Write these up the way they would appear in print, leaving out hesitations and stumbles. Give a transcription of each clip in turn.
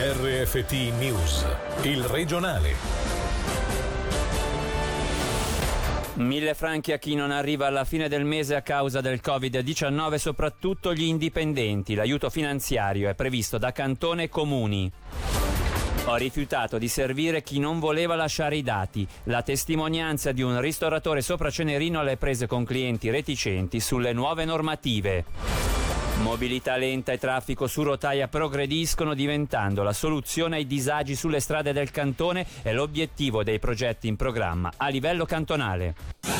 RFT News, il regionale. 1.000 franchi a chi non arriva alla fine del mese a causa del Covid-19, soprattutto gli indipendenti. L'aiuto finanziario è previsto da Cantone e Comuni. Ho rifiutato di servire chi non voleva lasciare i dati. La testimonianza di un ristoratore sopra Cenerino alle prese con clienti reticenti sulle nuove normative. Mobilità lenta e traffico su rotaia progrediscono, diventando la soluzione ai disagi sulle strade del cantone e l'obiettivo dei progetti in programma a livello cantonale.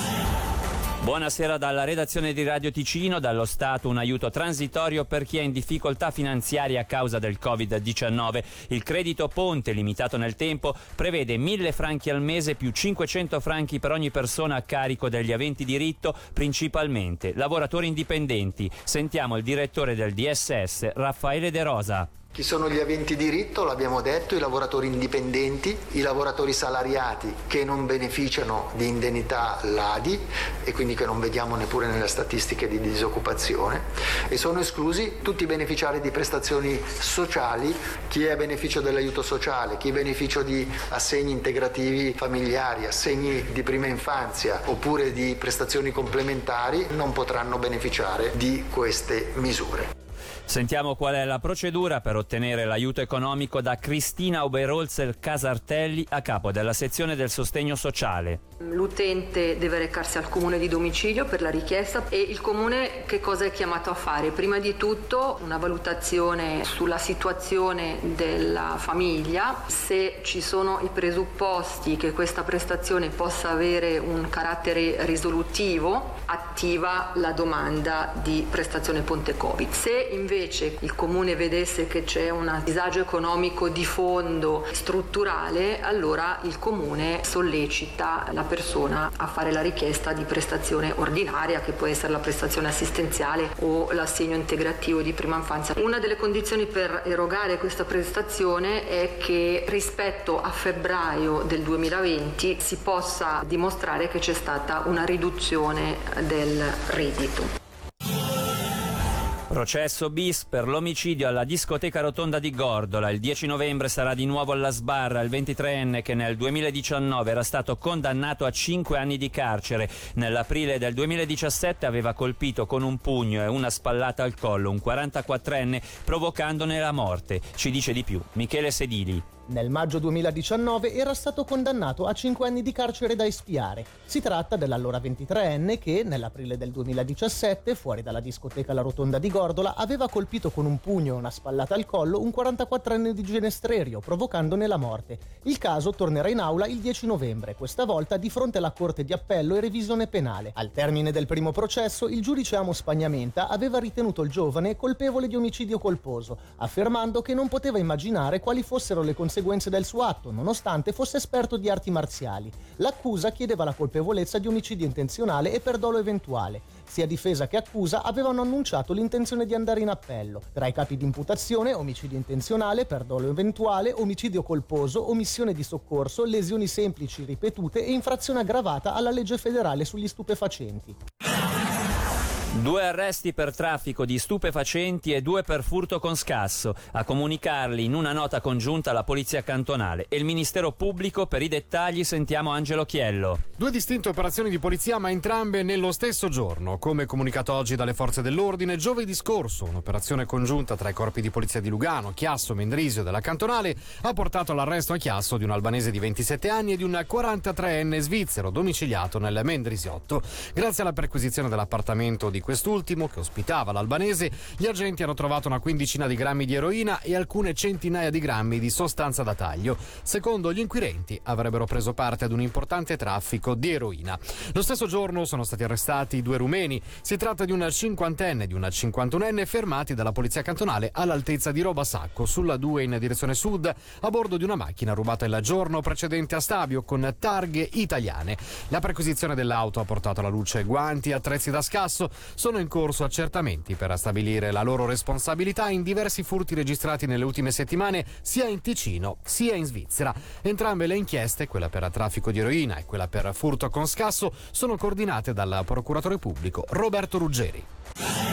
Buonasera dalla redazione di Radio Ticino. Dallo Stato un aiuto transitorio per chi è in difficoltà finanziaria a causa del Covid-19. Il credito ponte, limitato nel tempo, prevede 1.000 franchi al mese più 500 franchi per ogni persona a carico degli aventi diritto, principalmente lavoratori indipendenti. Sentiamo il direttore del DSS, Raffaele De Rosa. Chi sono gli aventi diritto? L'abbiamo detto, i lavoratori indipendenti, i lavoratori salariati che non beneficiano di indennità LADI e quindi che non vediamo neppure nelle statistiche di disoccupazione, e sono esclusi tutti i beneficiari di prestazioni sociali, chi è a beneficio dell'aiuto sociale, chi è a beneficio di assegni integrativi familiari, assegni di prima infanzia oppure di prestazioni complementari non potranno beneficiare di queste misure. Sentiamo qual è la procedura per ottenere l'aiuto economico da Cristina Oberholzer Casartelli, a capo della sezione del sostegno sociale. L'utente deve recarsi al comune di domicilio per la richiesta e il comune che cosa è chiamato a fare? Prima di tutto una valutazione sulla situazione della famiglia, se ci sono i presupposti che questa prestazione possa avere un carattere risolutivo, attiva la domanda di prestazione ponte Covid. Se invece il comune vedesse che c'è un disagio economico di fondo strutturale, allora il comune sollecita la persona a fare la richiesta di prestazione ordinaria, che può essere la prestazione assistenziale o l'assegno integrativo di prima infanzia. Una delle condizioni per erogare questa prestazione è che rispetto a febbraio del 2020 si possa dimostrare che c'è stata una riduzione del reddito. Processo bis per l'omicidio alla discoteca Rotonda di Gordola. Il 10 novembre sarà di nuovo alla sbarra il 23enne che nel 2019 era stato condannato a 5 anni di carcere. Nell'aprile del 2017 aveva colpito con un pugno e una spallata al collo un 44enne, provocandone la morte. Ci dice di più Michele Sedili. Nel maggio 2019 era stato condannato a 5 anni di carcere da espiare. Si tratta dell'allora 23enne che, nell'aprile del 2017, fuori dalla discoteca La Rotonda di Gordola, aveva colpito con un pugno e una spallata al collo un 44enne di Genestrerio, provocandone la morte. Il caso tornerà in aula il 10 novembre, questa volta di fronte alla Corte di Appello e Revisione Penale. Al termine del primo processo, il giudice Amo Spagnamenta aveva ritenuto il giovane colpevole di omicidio colposo, affermando che non poteva immaginare quali fossero le conseguenze del suo atto, nonostante fosse esperto di arti marziali. L'accusa chiedeva la colpevolezza di omicidio intenzionale e per dolo eventuale. Sia difesa che accusa avevano annunciato l'intenzione di andare in appello. Tra i capi di imputazione, omicidio intenzionale, per dolo eventuale, omicidio colposo, omissione di soccorso, lesioni semplici ripetute e infrazione aggravata alla legge federale sugli stupefacenti. 2 arresti per traffico di stupefacenti e 2 per furto con scasso. A comunicarli in una nota congiunta la Polizia Cantonale e il Ministero Pubblico. Per i dettagli sentiamo Angelo Chiello. 2 distinte operazioni di polizia, ma entrambe nello stesso giorno. Come comunicato oggi dalle forze dell'ordine, giovedì scorso un'operazione congiunta tra i corpi di polizia di Lugano, Chiasso, Mendrisio e della Cantonale ha portato all'arresto a Chiasso di un albanese di 27 anni e di un 43enne svizzero domiciliato nel Mendrisiotto. Grazie alla perquisizione dell'appartamento di quest'ultimo, che ospitava l'albanese, gli agenti hanno trovato una quindicina di grammi di eroina e alcune centinaia di grammi di sostanza da taglio. Secondo gli inquirenti avrebbero preso parte ad un importante traffico di eroina. Lo stesso giorno sono stati arrestati 2 rumeni. Si tratta di un 50enne e di un 51enne fermati dalla polizia cantonale all'altezza di Robasacco, sulla 2 in direzione sud, a bordo di una macchina rubata il giorno precedente a Stabio con targhe italiane. La perquisizione dell'auto ha portato alla luce guanti e attrezzi da scasso. Sono in corso accertamenti per stabilire la loro responsabilità in diversi furti registrati nelle ultime settimane sia in Ticino sia in Svizzera. Entrambe le inchieste, quella per traffico di eroina e quella per furto con scasso, sono coordinate dal procuratore pubblico Roberto Ruggeri.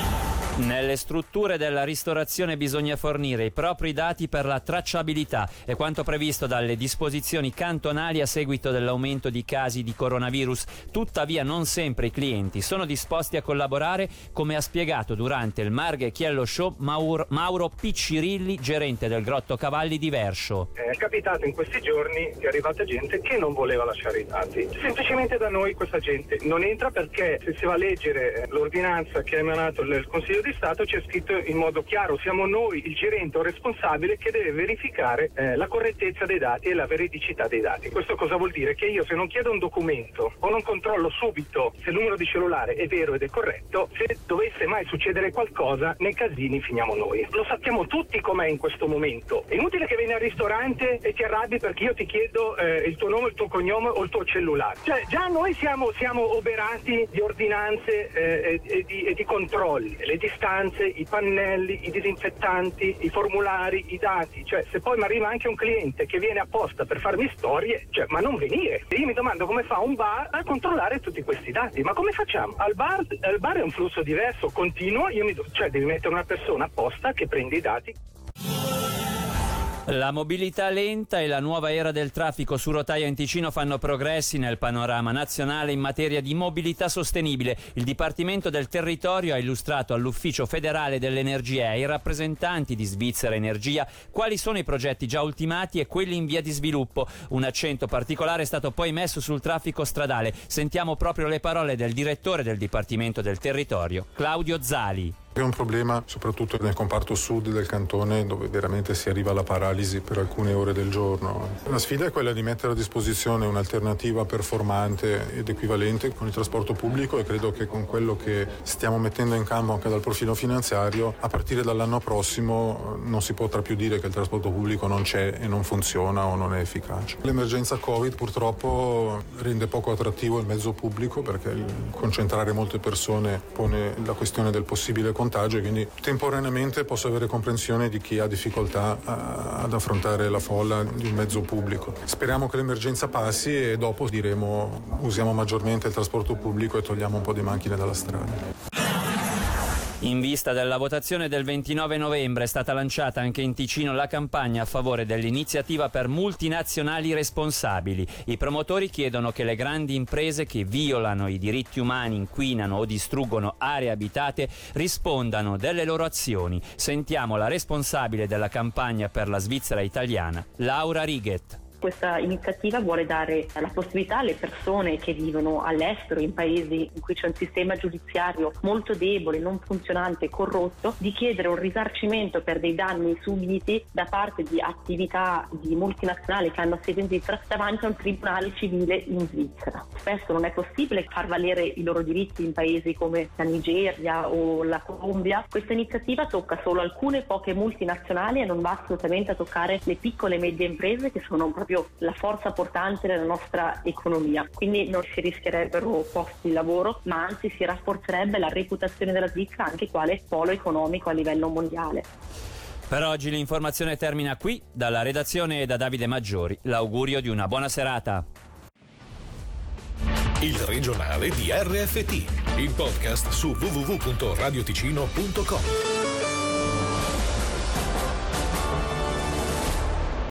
Nelle strutture della ristorazione bisogna fornire i propri dati per la tracciabilità, è quanto previsto dalle disposizioni cantonali a seguito dell'aumento di casi di coronavirus. Tuttavia non sempre i clienti sono disposti a collaborare, come ha spiegato durante il Marghe-Chiello Show Mauro Piccirilli, gerente del Grotto Cavalli di Verscio. È capitato in questi giorni che è arrivata gente che non voleva lasciare i dati. Semplicemente da noi questa gente non entra, perché se si va a leggere l'ordinanza che ha emanato il Consiglio di Stato c'è scritto in modo chiaro: siamo noi il gerente o responsabile che deve verificare la correttezza dei dati e la veridicità dei dati. Questo cosa vuol dire? Che io, se non chiedo un documento o non controllo subito se il numero di cellulare è vero ed è corretto, se dovesse mai succedere qualcosa, nei casini finiamo noi. Lo sappiamo tutti com'è in questo momento. È inutile che vieni al ristorante e ti arrabbi perché io ti chiedo il tuo nome, il tuo cognome o il tuo cellulare. Cioè già noi siamo oberati di ordinanze e di controlli, le distanze, i pannelli, i disinfettanti, i formulari, i dati. Cioè, se poi mi arriva anche un cliente che viene apposta per farmi storie, cioè, ma non venire. E io mi domando come fa un bar a controllare tutti questi dati. Ma come facciamo? Al bar è un flusso diverso, continuo, cioè devi mettere una persona apposta che prende i dati. La mobilità lenta e la nuova era del traffico su rotaia in Ticino fanno progressi nel panorama nazionale in materia di mobilità sostenibile. Il Dipartimento del Territorio ha illustrato all'Ufficio federale dell'energia e ai rappresentanti di Svizzera Energia quali sono i progetti già ultimati e quelli in via di sviluppo. Un accento particolare è stato poi messo sul traffico stradale. Sentiamo proprio le parole del direttore del Dipartimento del Territorio, Claudio Zali. È un problema soprattutto nel comparto sud del cantone, dove veramente si arriva alla paralisi per alcune ore del giorno. La sfida è quella di mettere a disposizione un'alternativa performante ed equivalente con il trasporto pubblico, e credo che con quello che stiamo mettendo in campo anche dal profilo finanziario, a partire dall'anno prossimo non si potrà più dire che il trasporto pubblico non c'è e non funziona o non è efficace. L'emergenza Covid purtroppo rende poco attrattivo il mezzo pubblico, perché il concentrare molte persone pone la questione del possibile contagio, e quindi temporaneamente posso avere comprensione di chi ha difficoltà ad affrontare la folla di un mezzo pubblico. Speriamo che l'emergenza passi e dopo diremo usiamo maggiormente il trasporto pubblico e togliamo un po' di macchine dalla strada. In vista della votazione del 29 novembre è stata lanciata anche in Ticino la campagna a favore dell'iniziativa per multinazionali responsabili. I promotori chiedono che le grandi imprese che violano i diritti umani, inquinano o distruggono aree abitate rispondano delle loro azioni. Sentiamo la responsabile della campagna per la Svizzera italiana, Laura Righet. Questa iniziativa vuole dare la possibilità alle persone che vivono all'estero, in paesi in cui c'è un sistema giudiziario molto debole, non funzionante, corrotto, di chiedere un risarcimento per dei danni subiti da parte di attività di multinazionali che hanno sede in Svizzera davanti a un tribunale civile in Svizzera. Spesso non è possibile far valere i loro diritti in paesi come la Nigeria o la Colombia. Questa iniziativa tocca solo alcune poche multinazionali e non va assolutamente a toccare le piccole e medie imprese, che sono proprio la forza portante della nostra economia. Quindi non si rischierebbero posti di lavoro, ma anzi si rafforzerebbe la reputazione della Svizzera anche quale polo economico a livello mondiale. Per oggi l'informazione termina qui. Dalla redazione e da Davide Maggiori l'augurio di una buona serata. Il regionale di RFT, il podcast su www.radioticino.com.